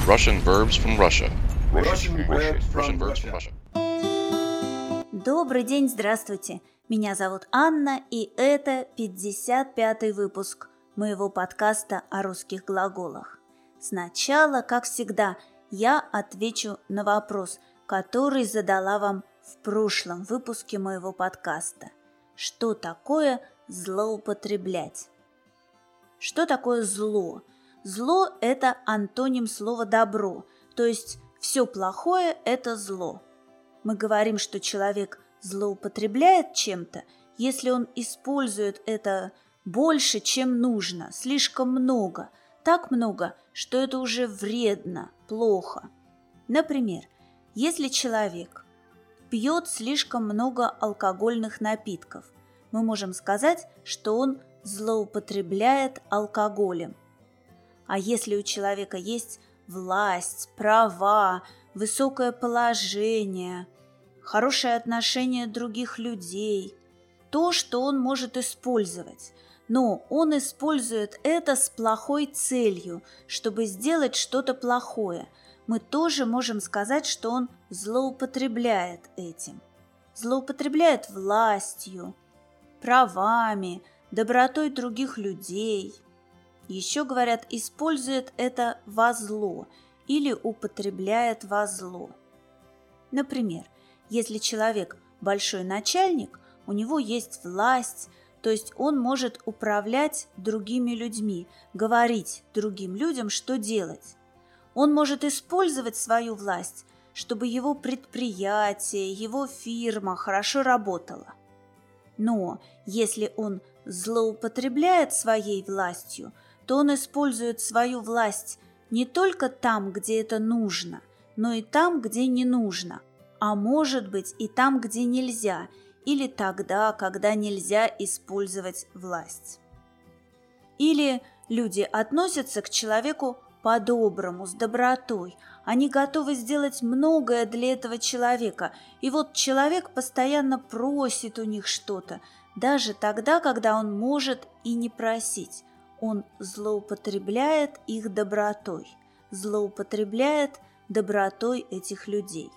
Russian verbs from Russia. Russian verbs from Russia. Добрый день, здравствуйте. Меня зовут Анна, и это 55-й выпуск моего подкаста о русских глаголах. Сначала, как всегда, я отвечу на вопрос, который задала вам в прошлом выпуске моего подкаста. Что такое злоупотреблять? Что такое зло? Зло – это антоним слова «добро», то есть все плохое – это зло. Мы говорим, что человек злоупотребляет чем-то, если он использует это больше, чем нужно, слишком много, так много, что это уже вредно, плохо. Например, если человек пьет слишком много алкогольных напитков, мы можем сказать, что он злоупотребляет алкоголем. А если у человека есть власть, права, высокое положение, хорошее отношение других людей, то, что он может использовать, но он использует это с плохой целью, чтобы сделать что-то плохое, мы тоже можем сказать, что он злоупотребляет этим. Злоупотребляет властью, правами, добротой других людей. Еще говорят, использует это во зло или употребляет во зло. Например, если человек большой начальник, у него есть власть, то есть он может управлять другими людьми, говорить другим людям, что делать. Он может использовать свою власть, чтобы его предприятие, его фирма хорошо работала. Но если он злоупотребляет своей властью, то он использует свою власть не только там, где это нужно, но и там, где не нужно, а может быть и там, где нельзя, или тогда, когда нельзя использовать власть. Или люди относятся к человеку по-доброму, с добротой. Они готовы сделать многое для этого человека. И вот человек постоянно просит у них что-то, даже тогда, когда он может и не просить. Он злоупотребляет их добротой, злоупотребляет добротой этих людей.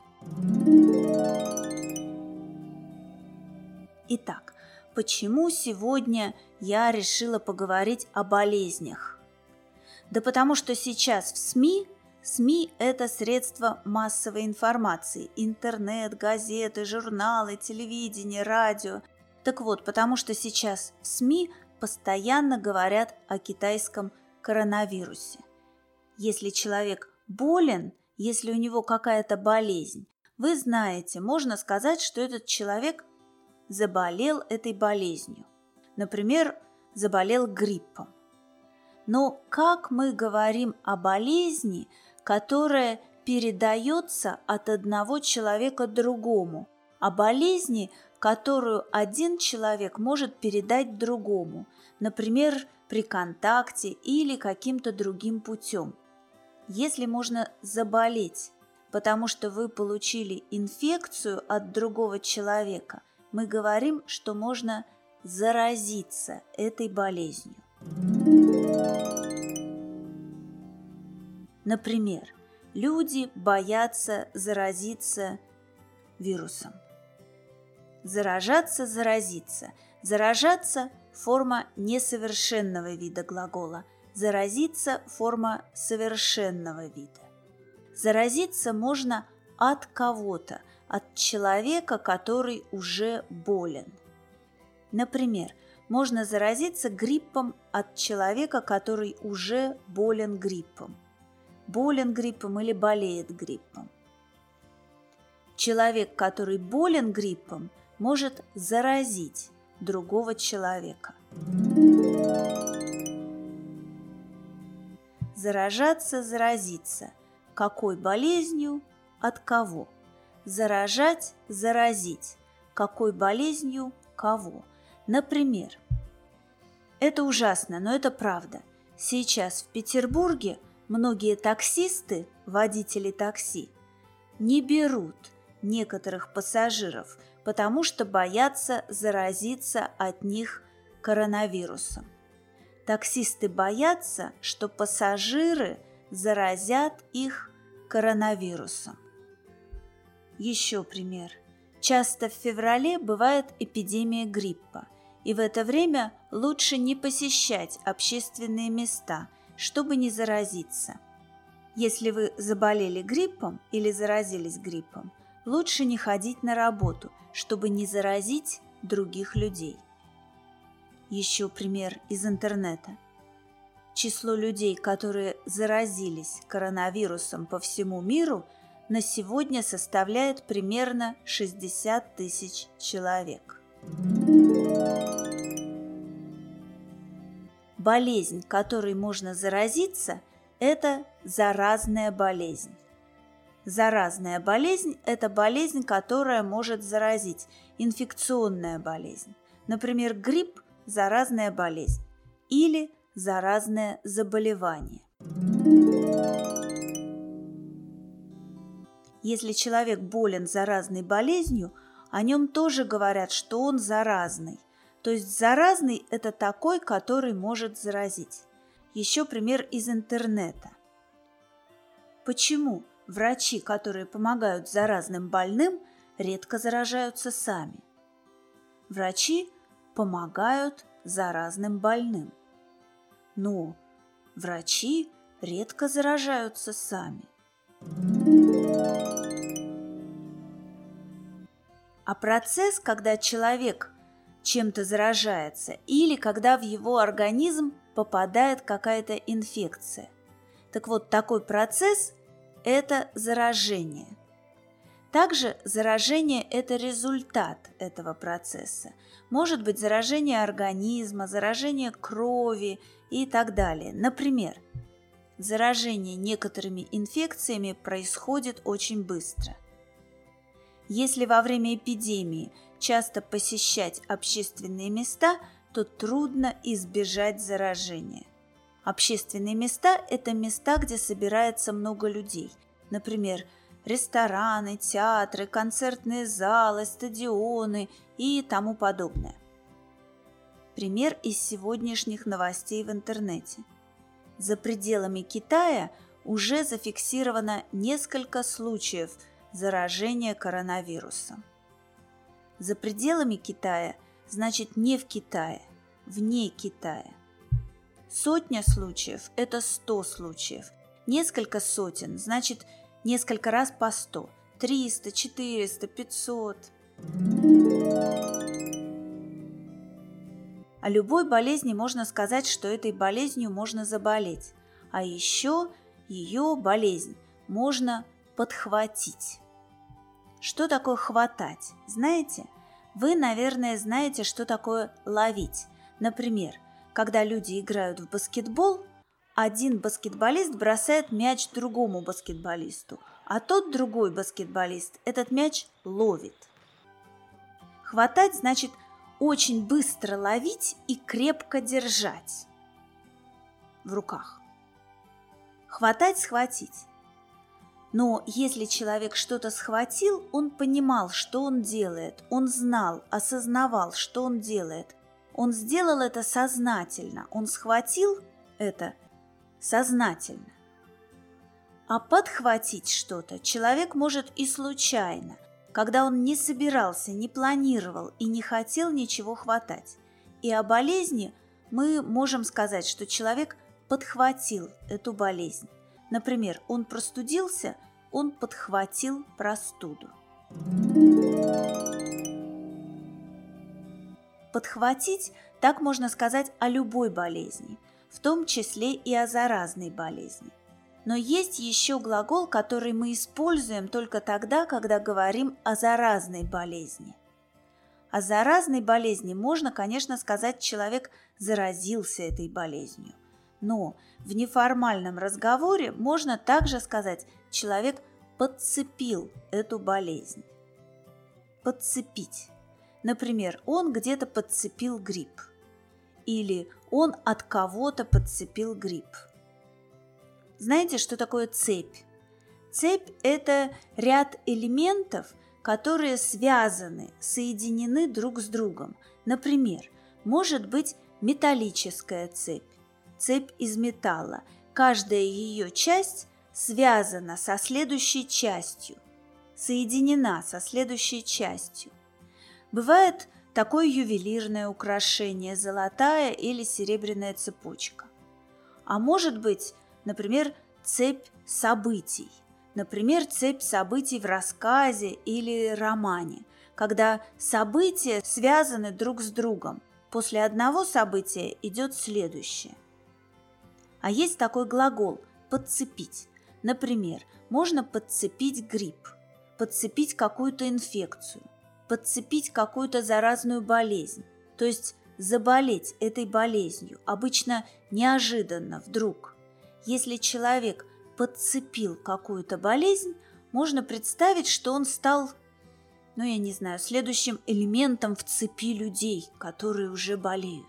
Итак, почему сегодня я решила поговорить о болезнях? Да потому что сейчас в СМИ – это средства массовой информации, интернет, газеты, журналы, телевидение, радио. Так вот, потому что сейчас в СМИ постоянно говорят о китайском коронавирусе. Если человек болен, если у него какая-то болезнь, вы знаете, можно сказать, что этот человек заболел этой болезнью. Например, заболел гриппом. Но как мы говорим о болезни, которая передается от одного человека другому, о болезни, которую один человек может передать другому, например, при контакте или каким-то другим путем. Если можно заболеть, потому что вы получили инфекцию от другого человека, мы говорим, что можно заразиться этой болезнью. Например, люди боятся заразиться вирусом. Заражаться, заразиться. Заражаться – форма несовершенного вида глагола. Заразиться – форма совершенного вида. Заразиться можно от кого-то, от человека, который уже болен. Например, можно заразиться гриппом от человека, который уже болен гриппом. Болен гриппом или болеет гриппом. Человек, который болен гриппом, может заразить другого человека. Заражаться, заразиться. Какой болезнью, от кого? Заражать, заразить. Какой болезнью, кого? Например, это ужасно, но это правда. Сейчас в Петербурге многие таксисты, водители такси, не берут некоторых пассажиров, потому что боятся заразиться от них коронавирусом. Таксисты боятся, что пассажиры заразят их коронавирусом. Еще пример. Часто в феврале бывает эпидемия гриппа, и в это время лучше не посещать общественные места, чтобы не заразиться. Если вы заболели гриппом или заразились гриппом, лучше не ходить на работу, чтобы не заразить других людей. Еще пример из интернета. Число людей, которые заразились коронавирусом по всему миру, на сегодня составляет примерно 60 тысяч человек. Болезнь, которой можно заразиться, это заразная болезнь. Заразная болезнь – это болезнь, которая может заразить, инфекционная болезнь. Например, грипп – заразная болезнь или заразное заболевание. Если человек болен заразной болезнью, о нем тоже говорят, что он заразный. То есть заразный – это такой, который может заразить. Еще пример из интернета. Почему врачи, которые помогают заразным больным, редко заражаются сами? Врачи помогают заразным больным. Но врачи редко заражаются сами. А процесс, когда человек чем-то заражается или когда в его организм попадает какая-то инфекция. Так вот, такой процесс – это заражение. Также заражение – это результат этого процесса. Может быть заражение организма, заражение крови и так далее. Например, заражение некоторыми инфекциями происходит очень быстро. Если во время эпидемии часто посещать общественные места, то трудно избежать заражения. Общественные места – это места, где собирается много людей. Например, рестораны, театры, концертные залы, стадионы и тому подобное. Пример из сегодняшних новостей в интернете. За пределами Китая уже зафиксировано несколько случаев заражения коронавирусом. За пределами Китая значит не в Китае, вне Китая. 100 случаев – это 100 случаев. Несколько сотен значит несколько раз по 100. 300, 400, 500. О любой болезни можно сказать, что этой болезнью можно заболеть. А еще ее болезнь можно подхватить. Что такое хватать? Знаете? Вы, наверное, знаете, что такое ловить. Например, когда люди играют в баскетбол, один баскетболист бросает мяч другому баскетболисту, а тот другой баскетболист этот мяч ловит. Хватать значит очень быстро ловить и крепко держать в руках. Хватать – схватить. Но если человек что-то схватил, он понимал, что он делает, он знал, осознавал, что он делает. Он сделал это сознательно, он схватил это сознательно. А подхватить что-то человек может и случайно, когда он не собирался, не планировал и не хотел ничего хватать. И о болезни мы можем сказать, что человек подхватил эту болезнь. Например, он простудился, он подхватил простуду. Подхватить – так можно сказать о любой болезни, в том числе и о заразной болезни. Но есть еще глагол, который мы используем только тогда, когда говорим о заразной болезни. О заразной болезни можно, конечно, сказать, человек заразился этой болезнью. Но в неформальном разговоре можно также сказать, человек подцепил эту болезнь. Подцепить. Например, он где-то подцепил грипп. Или он от кого-то подцепил грипп. Знаете, что такое цепь? Цепь – это ряд элементов, которые связаны, соединены друг с другом. Например, может быть металлическая цепь, цепь из металла, каждая ее часть связана со следующей частью, соединена со следующей частью. Бывает такое ювелирное украшение, золотая или серебряная цепочка. А может быть, например, цепь событий. Например, цепь событий в рассказе или романе, когда события связаны друг с другом. После одного события идет следующее. А есть такой глагол «подцепить». Например, можно подцепить грипп, подцепить какую-то инфекцию, подцепить какую-то заразную болезнь, то есть заболеть этой болезнью, обычно неожиданно, вдруг. Если человек подцепил какую-то болезнь, можно представить, что он стал, следующим элементом в цепи людей, которые уже болеют.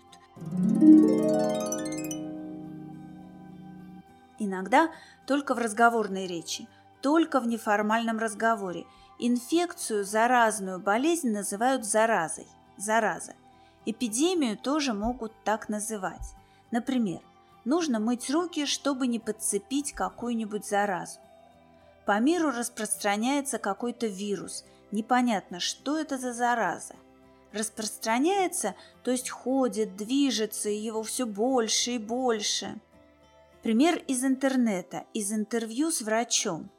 Иногда только в разговорной речи, только в неформальном разговоре инфекцию, заразную болезнь называют заразой, зараза. Эпидемию тоже могут так называть. Например, нужно мыть руки, чтобы не подцепить какую-нибудь заразу. По миру распространяется какой-то вирус, непонятно, что это за зараза. Распространяется, то есть ходит, движется, и его все больше и больше. Пример из интернета, из интервью с врачом.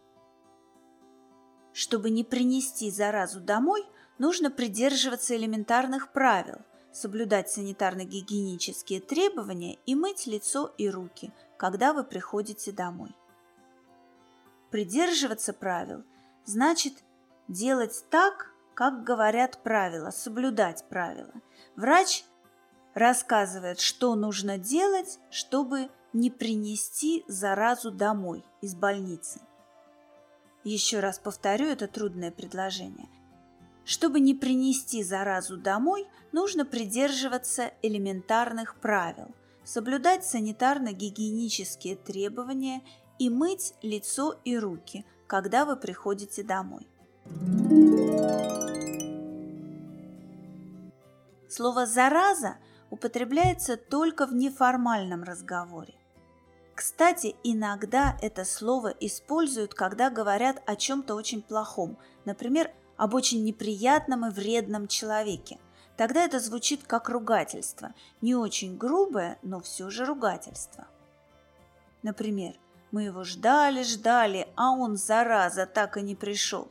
Чтобы не принести заразу домой, нужно придерживаться элементарных правил, соблюдать санитарно-гигиенические требования и мыть лицо и руки, когда вы приходите домой. Придерживаться правил значит делать так, как говорят правила, соблюдать правила. Врач рассказывает, что нужно делать, чтобы не принести заразу домой из больницы. Еще раз повторю это трудное предложение. Чтобы не принести заразу домой, нужно придерживаться элементарных правил, соблюдать санитарно-гигиенические требования и мыть лицо и руки, когда вы приходите домой. Слово «зараза» употребляется только в неформальном разговоре. Кстати, иногда это слово используют, когда говорят о чем-то очень плохом, например, об очень неприятном и вредном человеке. Тогда это звучит как ругательство, не очень грубое, но все же ругательство. Например, мы его ждали, а он, зараза, так и не пришел.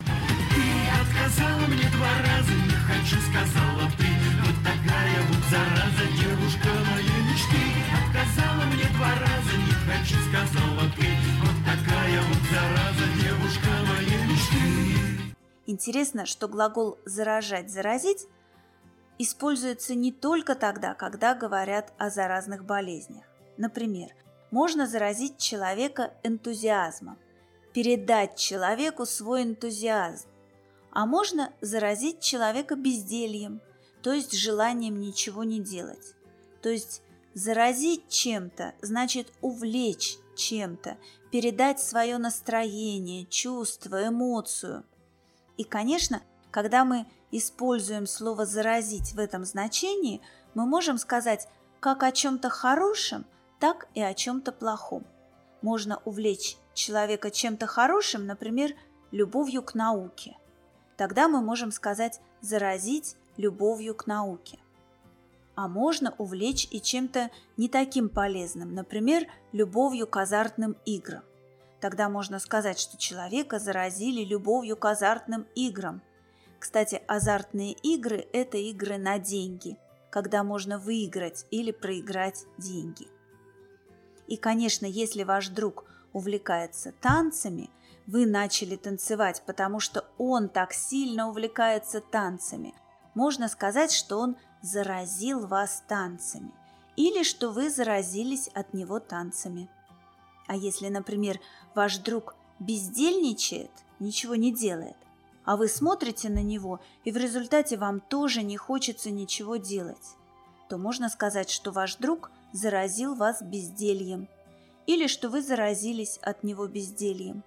Ты отказала мне 2 раза, не хочу, сказала ты. Вот такая вот зараза, девушка моей мечты. Отказала мне 2 раза, не хочу, сказала ты. Вот такая вот зараза, девушка моей мечты. Интересно, что глагол «заражать», «заразить» используется не только тогда, когда говорят о заразных болезнях. Например, можно заразить человека энтузиазмом, передать человеку свой энтузиазм, а можно заразить человека бездельем, то есть желанием ничего не делать. То есть заразить чем-то значит увлечь чем-то, передать свое настроение, чувство, эмоцию. И, конечно, когда мы используем слово «заразить» в этом значении, мы можем сказать как о чем-то хорошем, так и о чем-то плохом. Можно увлечь человека чем-то хорошим, например, любовью к науке. Тогда мы можем сказать «заразить любовью к науке». А можно увлечь и чем-то не таким полезным, например, любовью к азартным играм. Тогда можно сказать, что человека заразили любовью к азартным играм. Кстати, азартные игры – это игры на деньги, когда можно выиграть или проиграть деньги. И, конечно, если ваш друг увлекается танцами, вы начали танцевать, потому что он так сильно увлекается танцами, можно сказать, что он заразил вас танцами, или что вы заразились от него танцами. А если, например, ваш друг бездельничает, ничего не делает, а вы смотрите на него, и в результате вам тоже не хочется ничего делать, то можно сказать, что ваш друг заразил вас бездельем, или что вы заразились от него бездельем.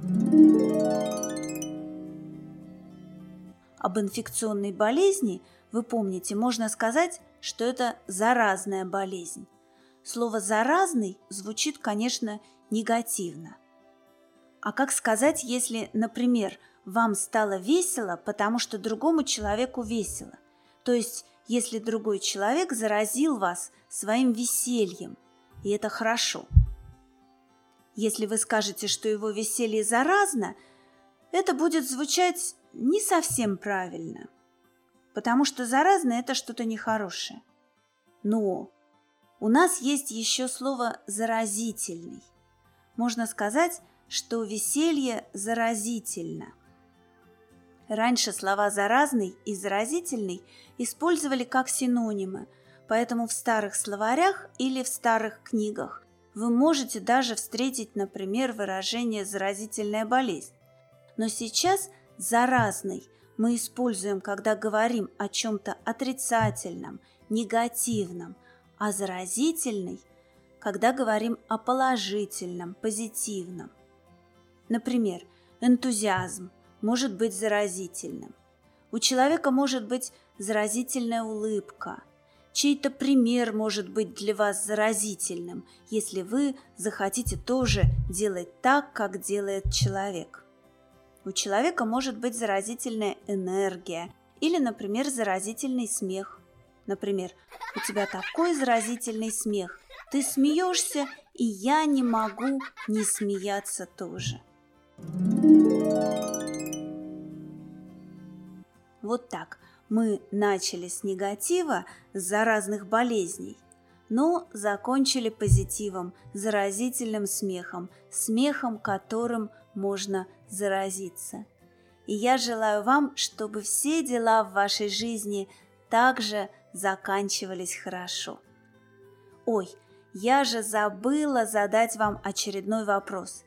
Об инфекционной болезни, вы помните, можно сказать, что это заразная болезнь. Слово «заразный» звучит, конечно, негативно. А как сказать, если, например, вам стало весело, потому что другому человеку весело? То есть, если другой человек заразил вас своим весельем, и это хорошо. Если вы скажете, что его веселье заразно, это будет звучать не совсем правильно, потому что заразно – это что-то нехорошее. Но у нас есть еще слово «заразительный». Можно сказать, что веселье заразительно. Раньше слова «заразный» и «заразительный» использовали как синонимы, поэтому в старых словарях или в старых книгах вы можете даже встретить, например, выражение «заразительная болезнь». Но сейчас «заразный» мы используем, когда говорим о чем-то отрицательном, негативном, а «заразительный» – когда говорим о положительном, позитивном. Например, энтузиазм может быть заразительным. У человека может быть заразительная улыбка. Чей-то пример может быть для вас заразительным, если вы захотите тоже делать так, как делает человек. У человека может быть заразительная энергия или, например, заразительный смех. Например, у тебя такой заразительный смех, ты смеешься, и я не могу не смеяться тоже. Вот так мы начали с негатива, с заразных болезней, но закончили позитивом, заразительным смехом, смехом, которым можно заразиться. И я желаю вам, чтобы все дела в вашей жизни также заканчивались хорошо. Ой, я же забыла задать вам очередной вопрос.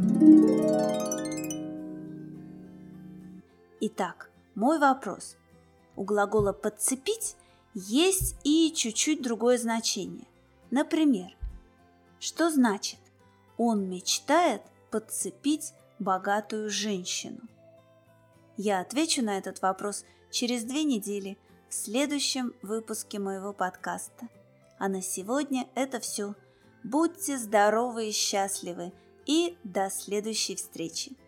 Итак, мой вопрос. У глагола «подцепить» есть и чуть-чуть другое значение. Например, что значит «он мечтает подцепить богатую женщину»? Я отвечу на этот вопрос через 2 недели в следующем выпуске моего подкаста. А на сегодня это все. Будьте здоровы и счастливы, и до следующей встречи.